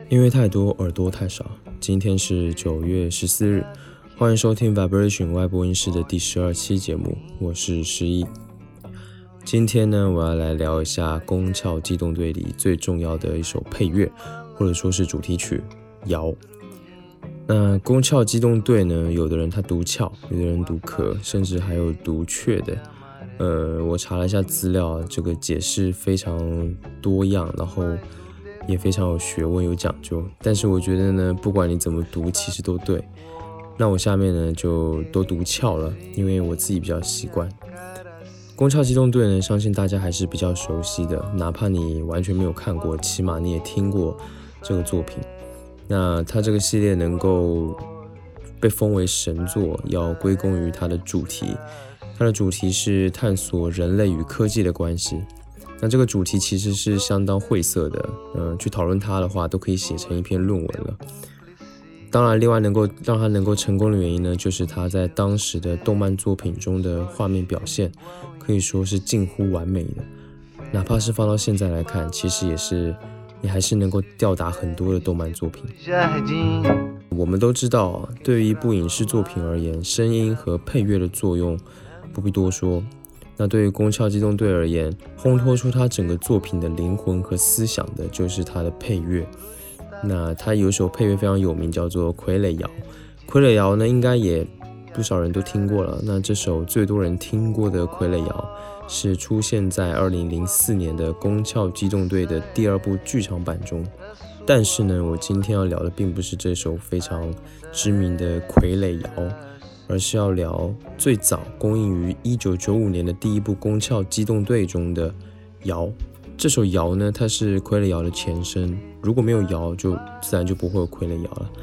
因为太多，耳朵太少。今天是9月14日，欢迎收听 Vibration 外播音室的第12期节目，我是11。今天呢，我要来聊一下《宫壳机动队》里最重要的一首配乐，或者说是主题曲《摇》。那《宫壳机动队》呢，有的人他读壳，有的人读壳，甚至还有读雀的。我查了一下资料，这个解释非常多样，然后也非常有学问有讲究，但是我觉得呢，不管你怎么读其实都对。那我下面呢就都读壳了，因为我自己比较习惯。宫壳机动队呢，相信大家还是比较熟悉的，哪怕你完全没有看过，起码你也听过这个作品。那它这个系列能够被封为神作，要归功于它的主题。它的主题是探索人类与科技的关系。那这个主题其实是相当晦涩的，去讨论它的话，都可以写成一篇论文了。当然，另外能够让它能够成功的原因呢，就是它在当时的动漫作品中的画面表现，可以说是近乎完美的。哪怕是放到现在来看，其实也还是能够吊打很多的动漫作品。我们都知道，对于一部影视作品而言，声音和配乐的作用不必多说。那对于宫壳机动队而言，烘托出它整个作品的灵魂和思想的就是它的配乐。那它有一首配乐非常有名，叫做《傀儡摇》。傀儡摇呢，应该也不少人都听过了。那这首最多人听过的傀儡摇，是出现在2004年的宫壳机动队的第2部剧场版中。但是呢，我今天要聊的并不是这首非常知名的傀儡摇，而是要聊最早公映于1995年的第1部宫壳机动队中的摇。这首摇呢，它是傀儡摇的前身，如果没有摇，就自然就不会有傀儡摇了。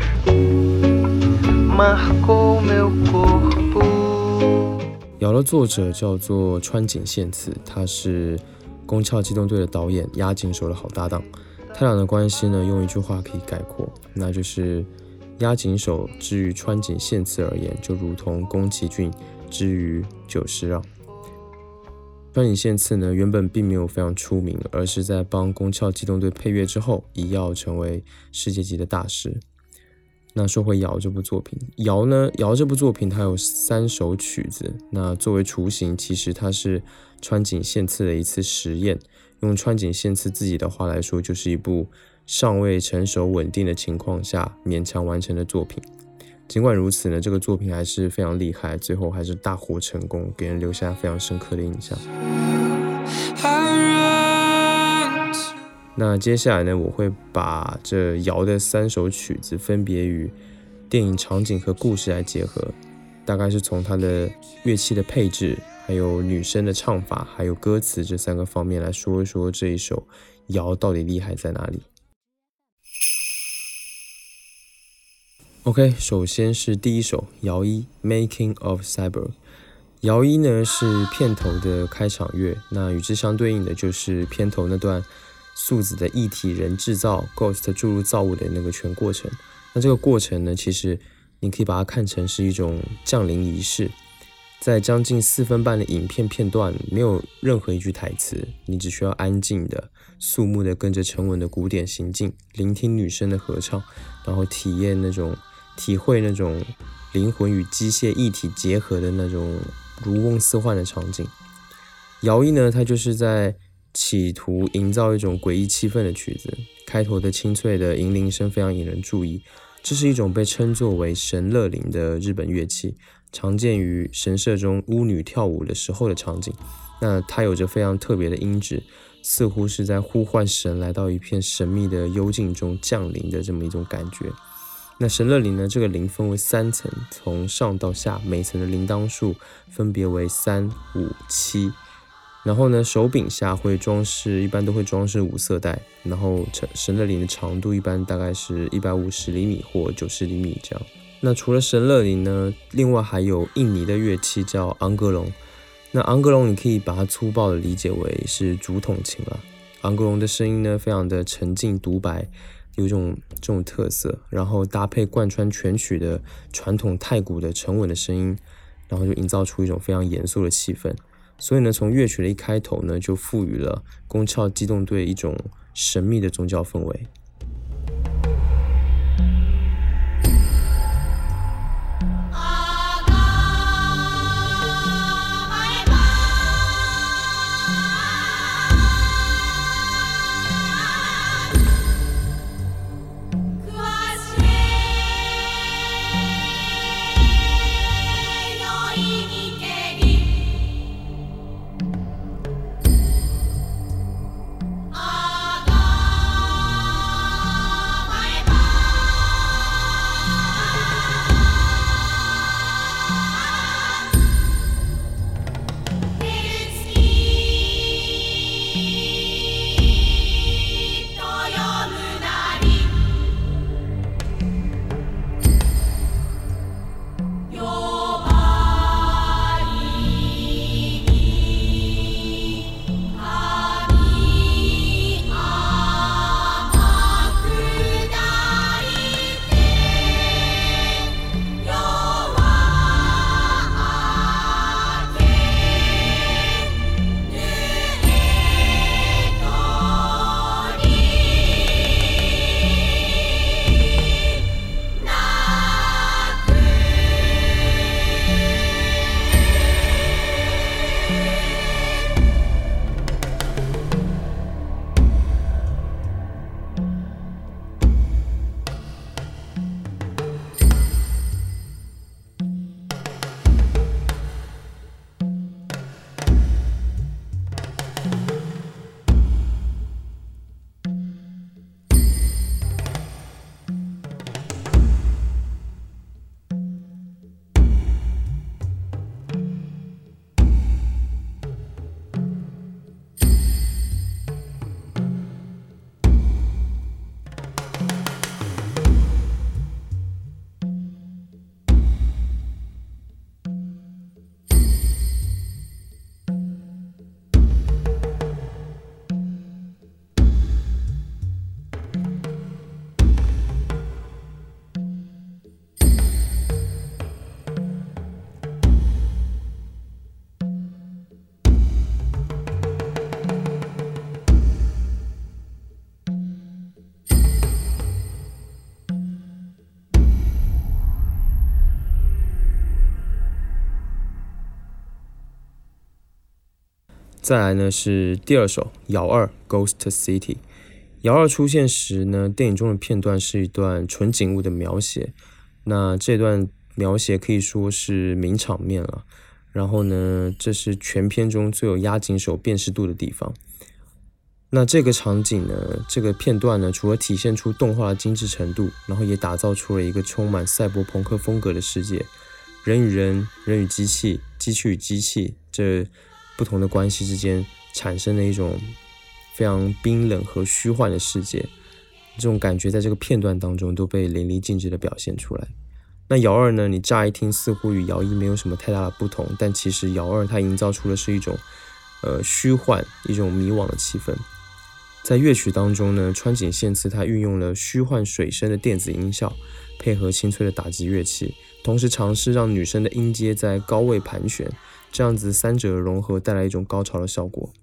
摇的作者叫做川井宪次，他是宫壳机动队的导演押井守的好搭档。他俩的关系呢，用一句话可以概括，那就是押井守之于川井宪次而言，就如同宫崎骏之于久石让。川井宪次呢，原本并没有非常出名，而是在帮宫壳机动队配乐之后，一跃成为世界级的大师。那说回摇这部作品，摇这部作品它有3首曲子，那作为雏形，其实它是川井宪次的一次实验。用川井宪次自己的话来说，就是一部尚未成熟稳定的情况下勉强完成的作品。尽管如此呢，这个作品还是非常厉害，最后还是大获成功，给人留下非常深刻的印象。那接下来呢，我会把这摇的3首曲子分别与电影场景和故事来结合，大概是从它的乐器的配置，还有女生的唱法，还有歌词这3个方面来说一说这一首摇到底厉害在哪里。OK， 首先是第1首摇一 Making of Cyborg。 摇一呢是片头的开场乐，那与之相对应的就是片头那段素子的异体人制造 Ghost 注入造物的那个全过程。那这个过程呢，其实你可以把它看成是一种降临仪式。在将近4分半的影片片段，没有任何一句台词，你只需要安静的、肃穆的跟着沉稳的鼓点行进，聆听女声的合唱，然后体会那种灵魂与机械一体结合的那种如梦似幻的场景。摇一呢，它就是在企图营造一种诡异气氛的曲子。开头的清脆的银铃声非常引人注意，这是一种被称作为神乐铃的日本乐器，常见于神社中巫女跳舞的时候的场景。那它有着非常特别的音质，似乎是在呼唤神来到一片神秘的幽静中降临的这么一种感觉。那神乐铃呢，这个铃分为3层，从上到下，每层的铃铛数分别为3、5、7。然后呢，手柄下一般都会装饰5色带，然后神乐铃的长度一般大概是150厘米或90厘米这样。那除了神乐铃呢，另外还有印尼的乐器叫昂格隆。那昂格隆你可以把它粗暴的理解为是竹筒琴啦。昂格隆的声音呢，非常的沉静独白，有这种特色，然后搭配贯穿全曲的传统太鼓的沉稳的声音，然后就营造出一种非常严肃的气氛。所以呢，从乐曲的一开头呢，就赋予了宫壳机动队一种神秘的宗教氛围。 再来呢是第二首瑶二 Ghost City。瑶二出现时呢，电影中的片段是一段纯景物的描写，那这段描写可以说是名场面了。然后呢，这是全片中最有押井守辨识度的地方。那这个场景呢，这个片段呢，除了体现出动画的精致程度，然后也打造出了一个充满赛博朋克风格的世界，人与人、人与机器、机器与机器这不同的关系之间产生了一种非常冰冷和虚幻的世界，这种感觉在这个片段当中都被淋漓尽致的表现出来。那瑶二呢，你乍一听似乎与瑶一没有什么太大的不同，但其实瑶二它营造出的是一种虚幻、一种迷惘的气氛。在乐曲当中呢，川井宪次它运用了虚幻水声的电子音效，配合清脆的打击乐器，同时尝试让女生的音阶在高位盘旋，这样子三者融合带来一种高潮的效果。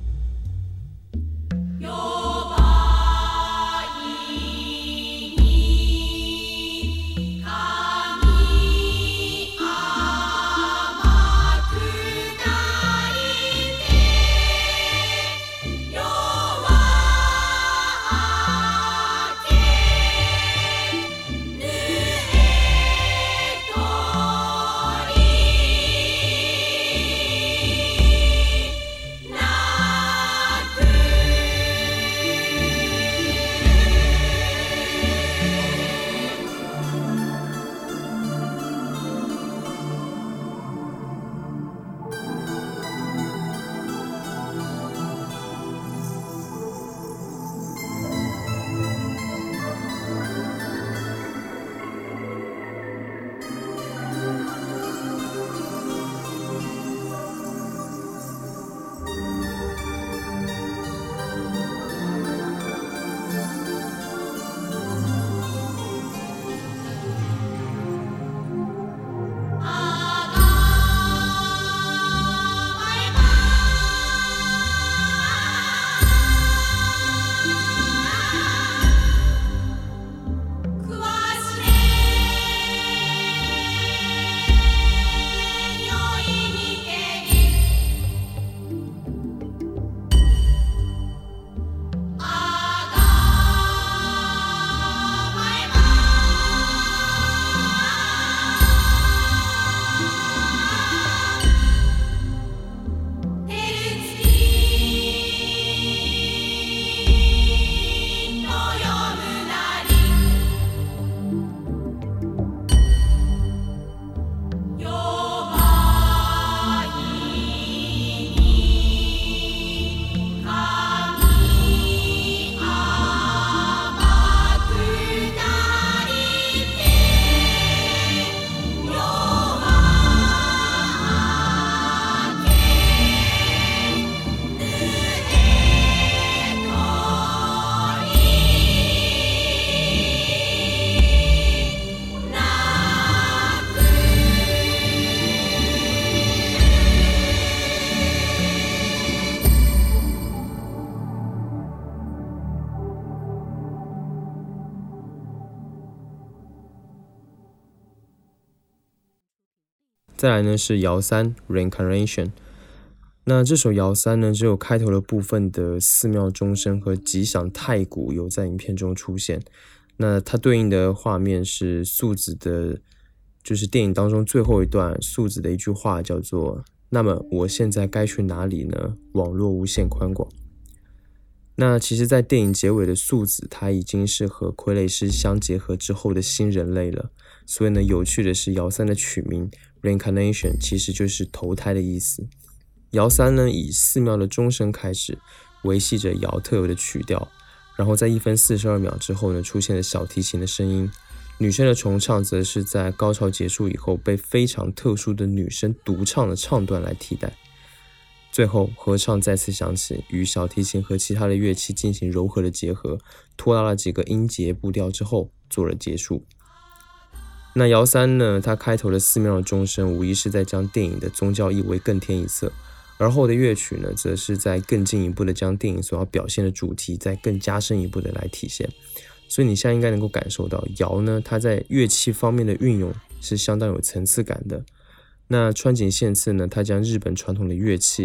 再来呢是瑶三 Reincarnation。 那这首瑶三呢，只有开头的部分的寺庙钟声和吉祥太鼓有在影片中出现。那它对应的画面是素子的，就是电影当中最后一段素子的一句话，叫做那么我现在该去哪里呢？网络无限宽广。那其实在电影结尾的素子，她已经是和傀儡师相结合之后的新人类了。所以呢，有趣的是瑶三的取名 Reincarnation 其实就是投胎的意思。瑶三呢，以寺庙的钟声开始，维系着瑶特有的曲调，然后在1分42秒之后呢，出现了小提琴的声音。女生的重唱则是在高潮结束以后被非常特殊的女生独唱的唱段来替代。最后合唱再次响起，与小提琴和其他的乐器进行柔和的结合，拖拉了几个音节步调之后做了结束。那瑶三呢，它开头的寺庙的钟声无疑是在将电影的宗教意味更添一色，而后的乐曲呢，则是在更进一步的将电影所要表现的主题再更加深一步的来体现。所以你现在应该能够感受到瑶呢，它在乐器方面的运用是相当有层次感的。那川井宪次呢，他将日本传统的乐器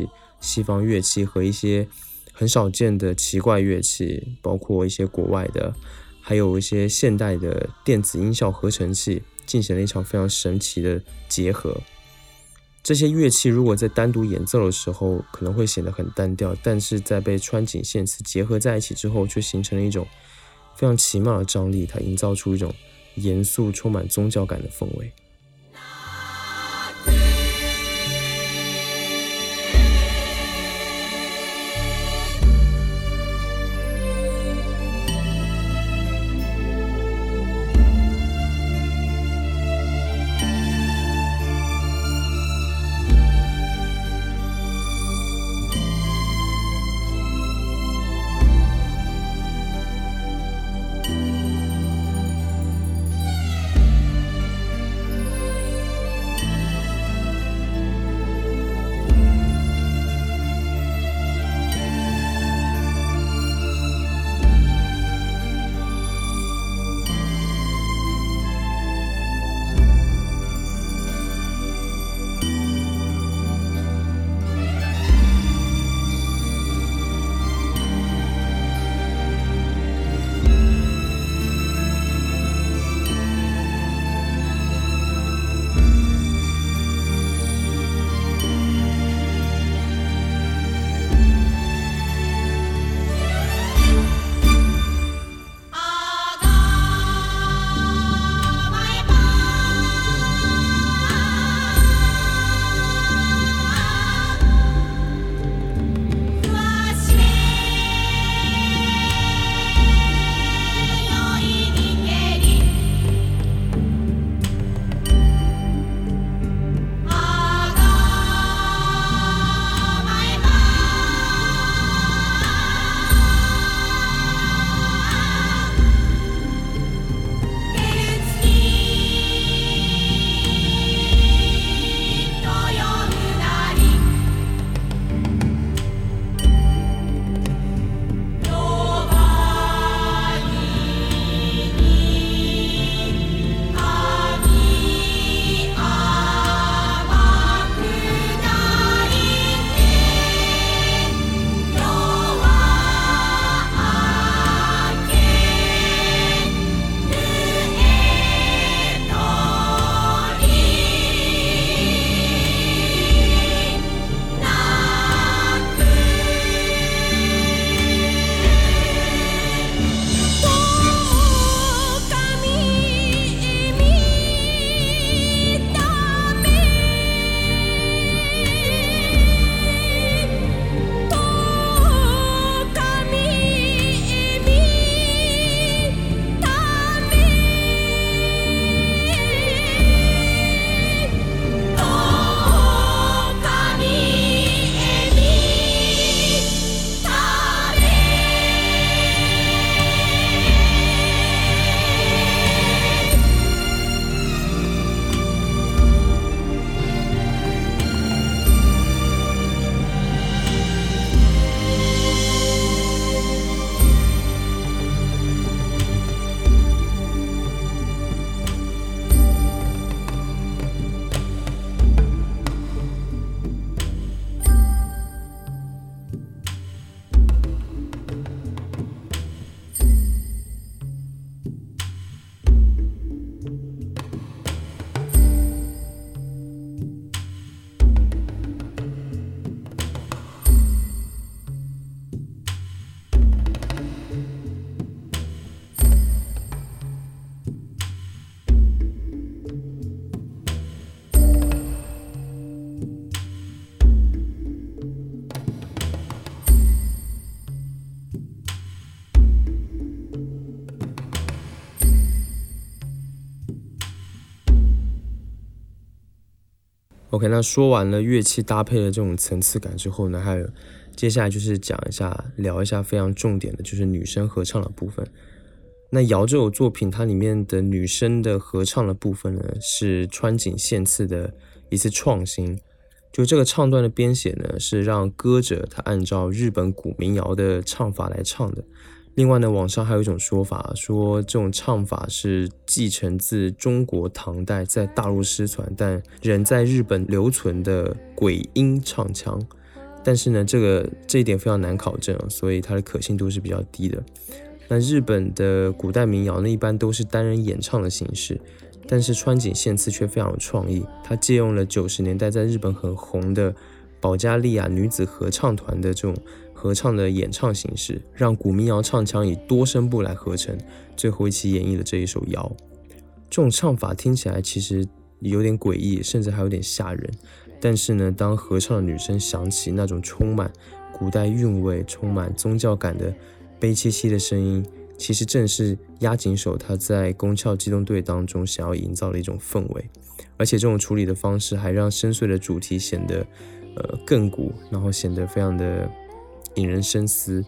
西方乐器和一些很少见的奇怪乐器，包括一些国外的，还有一些现代的电子音效合成器，进行了一场非常神奇的结合。这些乐器如果在单独演奏的时候可能会显得很单调，但是在被川井宪次结合在一起之后，却形成了一种非常奇妙的张力，它营造出一种严肃充满宗教感的氛围。OK， 那说完了乐器搭配的这种层次感之后呢，还有接下来就是聊一下非常重点的，就是女生合唱的部分。那瑶这首作品它里面的女生的合唱的部分呢，是川井宪次的一次创新。就这个唱段的编写呢，是让歌者他按照日本古民谣的唱法来唱的。另外呢，网上还有一种说法，说这种唱法是继承自中国唐代在大陆失传但仍在日本留存的鬼音唱腔。 但是呢，这一点非常难考证，所以它的可信度是比较低的。那日本的古代民谣呢，一般都是单人演唱的形式，但是川井宪次却非常有创意，他借用了90年代在日本很红的保加利亚女子合唱团的这种合唱的演唱形式，让古民谣唱腔以多声部来合成，最后一起演绎了这一首谣。这种唱法听起来其实有点诡异，甚至还有点吓人，但是呢，当合唱的女声响起那种充满古代韵味、充满宗教感的悲戚戚的声音，其实正是押井守他在宫壳机动队当中想要营造的一种氛围。而且这种处理的方式还让深邃的主题显得亘古，然后显得非常的引人深思。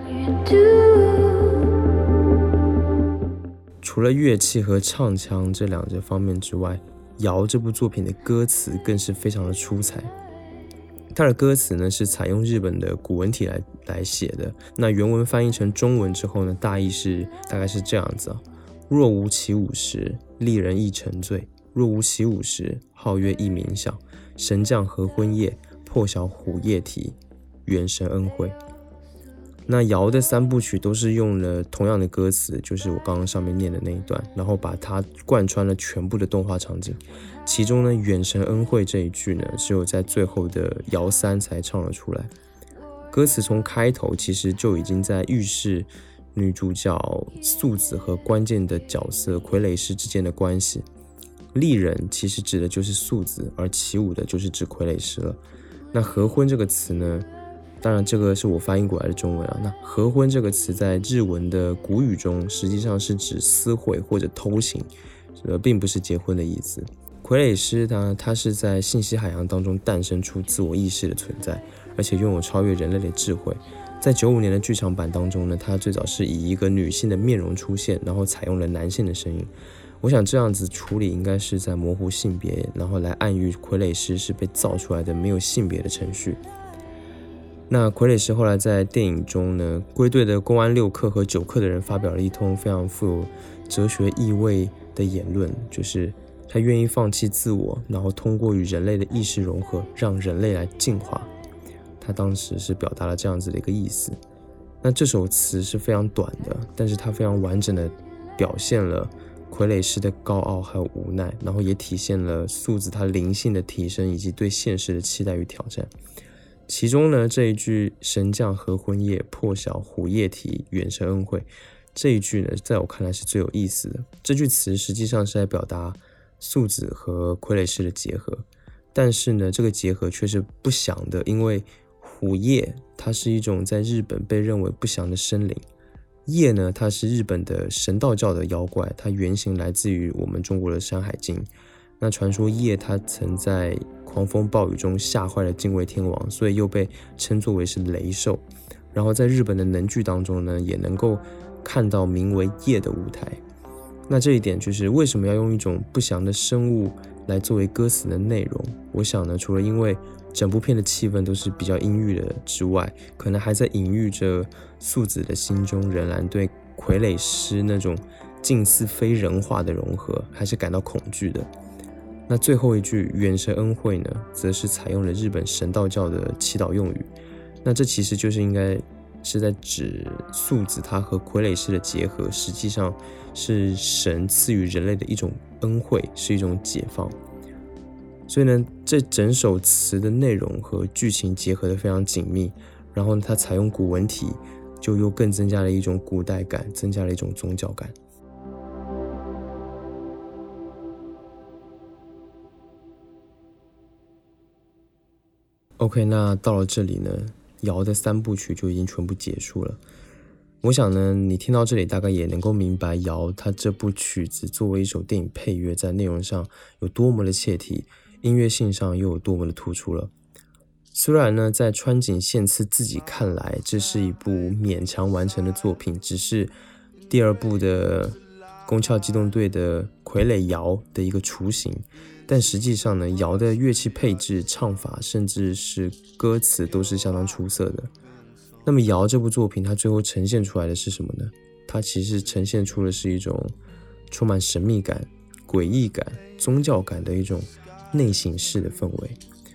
除了乐器和唱腔这两个方面之外，谣这部作品的歌词更是非常的出彩。它的歌词呢是采用日本的古文体来写的，那原文翻译成中文之后呢，大概是这样子啊：若无其舞时，丽人亦沉醉；若无其舞时，皓月亦冥想。神将合婚夜，破晓虎夜啼，元神恩惠。那谣的3部曲都是用了同样的歌词，就是我刚刚上面念的那一段，然后把它贯穿了全部的动画场景。其中呢，远神恩惠这一句呢，只有在最后的谣3才唱了出来。歌词从开头其实就已经在预示女主角素子和关键的角色傀儡师之间的关系。丽人其实指的就是素子，而起舞的就是指傀儡师了。那合婚这个词呢，当然这个是我翻译过来的中文啊。那合婚这个词在日文的古语中实际上是指私会或者偷情，并不是结婚的意思。傀儡师他是在信息海洋当中诞生出自我意识的存在，而且拥有超越人类的智慧。在95年的剧场版当中呢，他最早是以一个女性的面容出现，然后采用了男性的声音。我想这样子处理应该是在模糊性别，然后来暗喻傀儡师是被造出来的没有性别的程序。那傀儡师后来在电影中呢，归队的公安6课和9课的人发表了一通非常富有哲学意味的言论，就是他愿意放弃自我，然后通过与人类的意识融合，让人类来进化。他当时是表达了这样子的一个意思。那这首词是非常短的，但是它非常完整的表现了傀儡师的高傲还有无奈，然后也体现了素子他灵性的提升以及对现实的期待与挑战。其中呢，这一句神将合婚夜，破晓虎夜啼，元神恩惠，这一句呢，在我看来是最有意思的。这句词实际上是在表达素子和傀儡师的结合，但是呢，这个结合却是不祥的，因为虎夜它是一种在日本被认为不祥的生灵，夜呢它是日本的神道教的妖怪，它原型来自于我们中国的山海经。那传说夜它曾在狂风暴雨中吓坏了敬畏天王，所以又被称作为是雷兽。然后在日本的能剧当中呢，也能够看到名为夜的舞台。那这一点就是为什么要用一种不祥的生物来作为歌词的内容。我想呢，除了因为整部片的气氛都是比较阴郁的之外，可能还在隐喻着素子的心中仍然对傀儡师那种近似非人化的融合还是感到恐惧的。那最后一句元神恩惠呢，则是采用了日本神道教的祈祷用语。那这其实就是应该是在指素子他和傀儡师的结合，实际上是神赐予人类的一种恩惠，是一种解放。所以呢，这整首词的内容和剧情结合得非常紧密，然后它采用古文体，就又更增加了一种古代感，增加了一种宗教感。OK， 那到了这里呢，谣的3部曲就已经全部结束了。我想呢，你听到这里大概也能够明白谣它这部曲子作为一首电影配乐，在内容上有多么的切题，音乐性上又有多么的突出了。虽然呢，在川井宪次自己看来，这是一部勉强完成的作品，只是第2部的宫壳机动队的傀儡谣的一个雏形，但实际上呢，谣的乐器配置、唱法，甚至是歌词都是相当出色的。那么谣这部作品它最后呈现出来的是什么呢？它其实呈现出的是一种充满神秘感、诡异感、宗教感的一种内省式的氛围。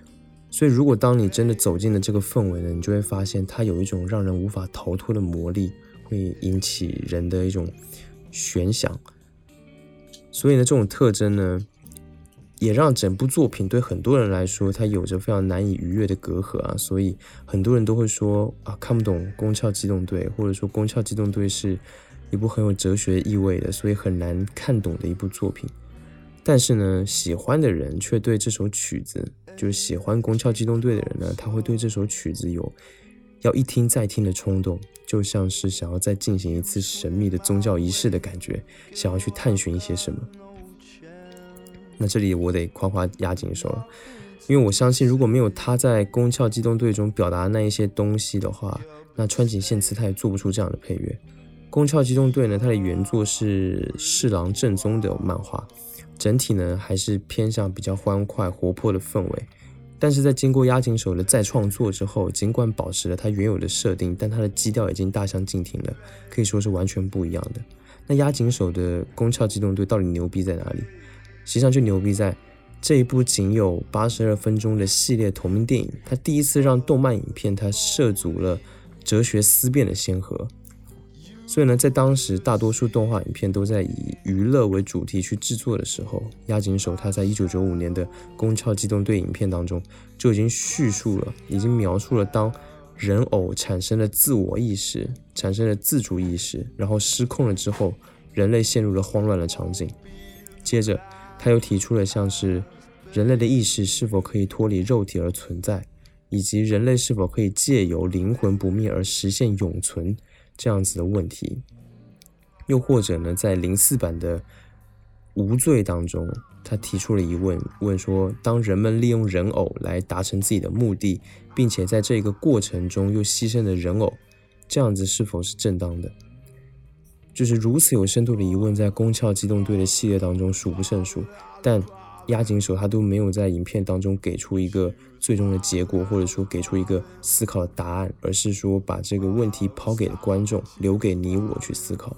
所以如果当你真的走进了这个氛围呢，你就会发现它有一种让人无法逃脱的魔力，会引起人的一种悬想。所以呢，这种特征呢，也让整部作品对很多人来说，它有着非常难以逾越的隔阂啊。所以很多人都会说啊，看不懂《宫壳机动队》，或者说《宫壳机动队》是一部很有哲学意味的，所以很难看懂的一部作品。但是呢，喜欢的人却对这首曲子，就是喜欢《宫壳机动队》的人呢，他会对这首曲子有要一听再听的冲动，就像是想要再进行一次神秘的宗教仪式的感觉，想要去探寻一些什么。那这里我得夸夸押井守了，因为我相信如果没有他在《宫壳机动队》中表达的那一些东西的话，那川井宪次他也做不出这样的配乐。《宫壳机动队》呢，它的原作是侍郎正宗的漫画，整体呢还是偏向比较欢快活泼的氛围，但是在经过押井守的再创作之后，尽管保持了他原有的设定，但他的基调已经大相径庭了，可以说是完全不一样的。那押井守的《宫壳机动队》到底牛逼在哪里？实际上就牛逼在这一部仅有82分钟的系列同名电影，它第一次让动漫影片它涉足了哲学思辨的先河。所以呢，在当时大多数动画影片都在以娱乐为主题去制作的时候，押井守他在1995年的《宫壳机动队》影片当中就已经叙述了，已经描述了当人偶产生了自我意识，产生了自主意识，然后失控了之后，人类陷入了慌乱的场景。接着他又提出了像是人类的意识是否可以脱离肉体而存在，以及人类是否可以借由灵魂不灭而实现永存这样子的问题。又或者呢，在04版的无罪当中，他提出了疑问，问说当人们利用人偶来达成自己的目的，并且在这个过程中又牺牲了人偶，这样子是否是正当的？就是如此有深度的疑问，在《宫壳机动队》的系列当中数不胜数，但押井守他都没有在影片当中给出一个最终的结果，或者说给出一个思考的答案，而是说把这个问题抛给了观众，留给你我去思考。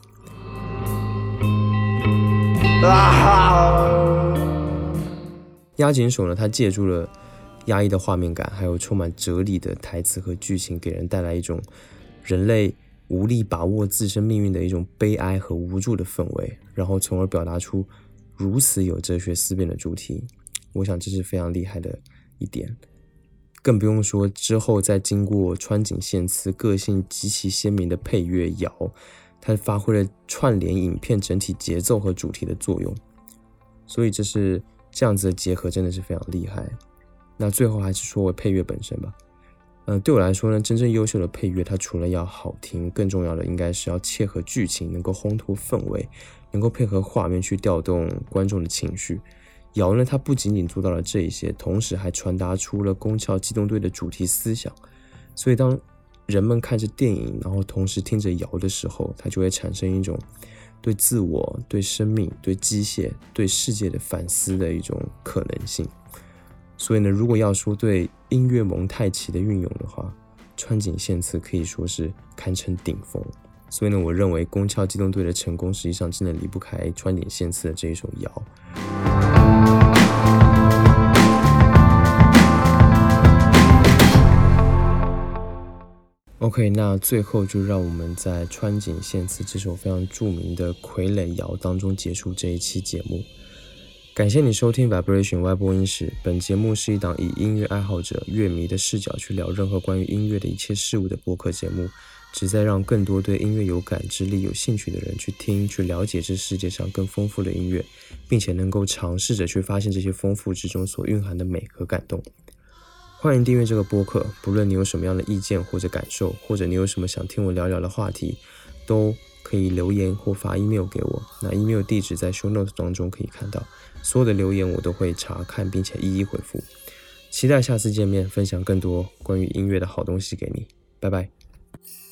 押井守呢，他借助了压抑的画面感，还有充满哲理的台词和剧情，给人带来一种人类无力把握自身命运的一种悲哀和无助的氛围，然后从而表达出如此有哲学思辨的主题。我想这是非常厉害的一点，更不用说之后再经过川井宪次个性极其鲜明的配乐摇，它发挥了串联影片整体节奏和主题的作用，所以这样子的结合真的是非常厉害。那最后还是说回配乐本身吧。对我来说呢，真正优秀的配乐，它除了要好听，更重要的应该是要切合剧情，能够烘托氛围，能够配合画面去调动观众的情绪。瑶呢，它不仅仅做到了这一些，同时还传达出了《宫壳机动队》的主题思想。所以当人们看着电影，然后同时听着瑶的时候，它就会产生一种对自我、对生命、对机械、对世界的反思的一种可能性。所以呢，如果要说对音乐蒙太奇的运用的话，川井宪次可以说是堪称顶峰。所以呢，我认为《宫壳机动队》的成功实际上真的离不开川井宪次的这一首摇。OK， 那最后就让我们在川井宪次这首非常著名的傀儡摇当中结束这一期节目。感谢你收听 Vibration 外播音室，本节目是一档以音乐爱好者、乐迷的视角去聊任何关于音乐的一切事物的播客节目，旨在让更多对音乐有感知力、有兴趣的人去听、去了解这世界上更丰富的音乐，并且能够尝试着去发现这些丰富之中所蕴含的美和感动。欢迎订阅这个播客，不论你有什么样的意见或者感受，或者你有什么想听我聊聊的话题，都可以留言或发 email 给我。那 email 地址在 show notes 当中可以看到，所有的留言我都会查看并且一一回复。期待下次见面，分享更多关于音乐的好东西给你。拜拜。